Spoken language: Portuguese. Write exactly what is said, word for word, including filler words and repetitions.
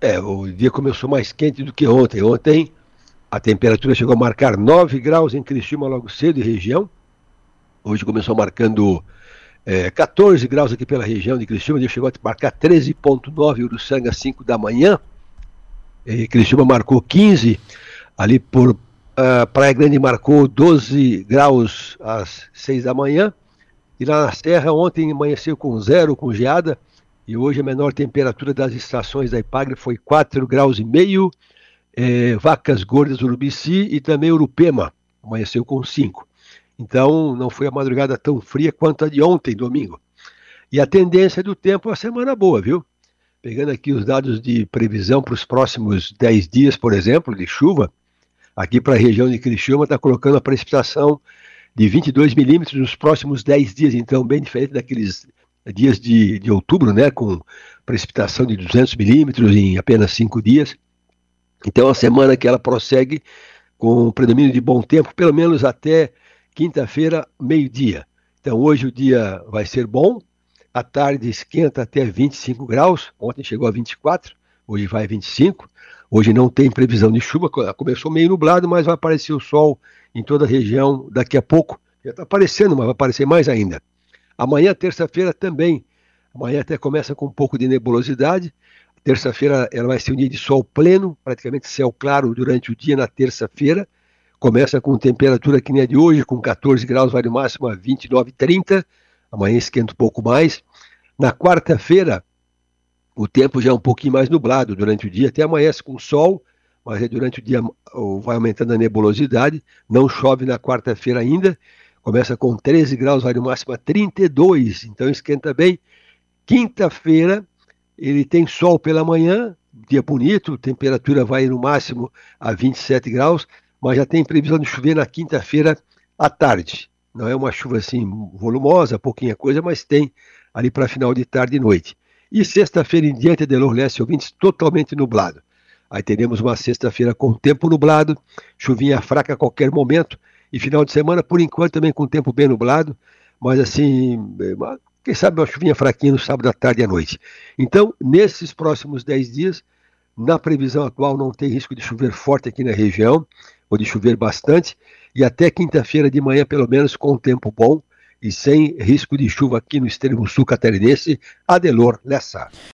É, o dia começou mais quente do que ontem. Ontem a temperatura chegou a marcar nove graus em Criciúma logo cedo e região. Hoje começou marcando é, quatorze graus aqui pela região de Criciúma. Ele chegou a marcar treze vírgula nove Uruçanga às cinco da manhã. E Criciúma marcou quinze. Ali por uh, Praia Grande marcou doze graus às seis da manhã. E lá na Serra ontem amanheceu com zero, com geada. E hoje a menor temperatura das estações da Ipagre foi quatro graus e meio. É, Vacas Gordas, Urubici e também Urupema, amanheceu com cinco. Então não foi a madrugada tão fria quanto a de ontem, domingo. E a tendência do tempo é uma semana boa, viu? Pegando aqui os dados de previsão para os próximos dez dias, por exemplo, de chuva, aqui para a região de Criciúma está colocando a precipitação de vinte e dois milímetros nos próximos dez dias, então bem diferente daqueles dias de, de outubro, né, com precipitação de duzentos milímetros em apenas cinco dias. Então, a semana que ela prossegue com um predomínio de bom tempo, pelo menos até quinta-feira, meio-dia. Então, hoje o dia vai ser bom, à tarde esquenta até vinte e cinco graus, ontem chegou a vinte e quatro, hoje vai a vinte e cinco. Hoje não tem previsão de chuva, começou meio nublado, mas vai aparecer o sol em toda a região daqui a pouco. Já está aparecendo, mas vai aparecer mais ainda. Amanhã, terça-feira, também. Amanhã até começa com um pouco de nebulosidade. Terça-feira ela vai ser um dia de sol pleno, praticamente céu claro durante o dia na terça-feira. Começa com temperatura que nem a de hoje, com quatorze graus, vai no máximo a vinte e nove, trinta. Amanhã esquenta um pouco mais. Na quarta-feira, o tempo já é um pouquinho mais nublado durante o dia, até amanhece com sol, mas é durante o dia vai aumentando a nebulosidade. Não chove na quarta-feira ainda. Começa com treze graus, vai no máximo a trinta e dois, então esquenta bem. Quinta-feira, ele tem sol pela manhã, dia bonito, temperatura vai no máximo a vinte e sete graus, mas já tem previsão de chover na quinta-feira à tarde. Não é uma chuva assim volumosa, pouquinha coisa, mas tem ali para final de tarde e noite. E sexta-feira em diante, Adelor Leste, ouvintes, totalmente nublado. Aí teremos uma sexta-feira com tempo nublado, chuvinha fraca a qualquer momento, e final de semana, por enquanto, também com tempo bem nublado, mas assim, quem sabe uma chuvinha fraquinha no sábado à tarde e à noite. Então, nesses próximos dez dias, na previsão atual, não tem risco de chover forte aqui na região, ou de chover bastante, e até quinta-feira de manhã, pelo menos, com tempo bom, e sem risco de chuva aqui no extremo sul catarinense, Adelor Lessa.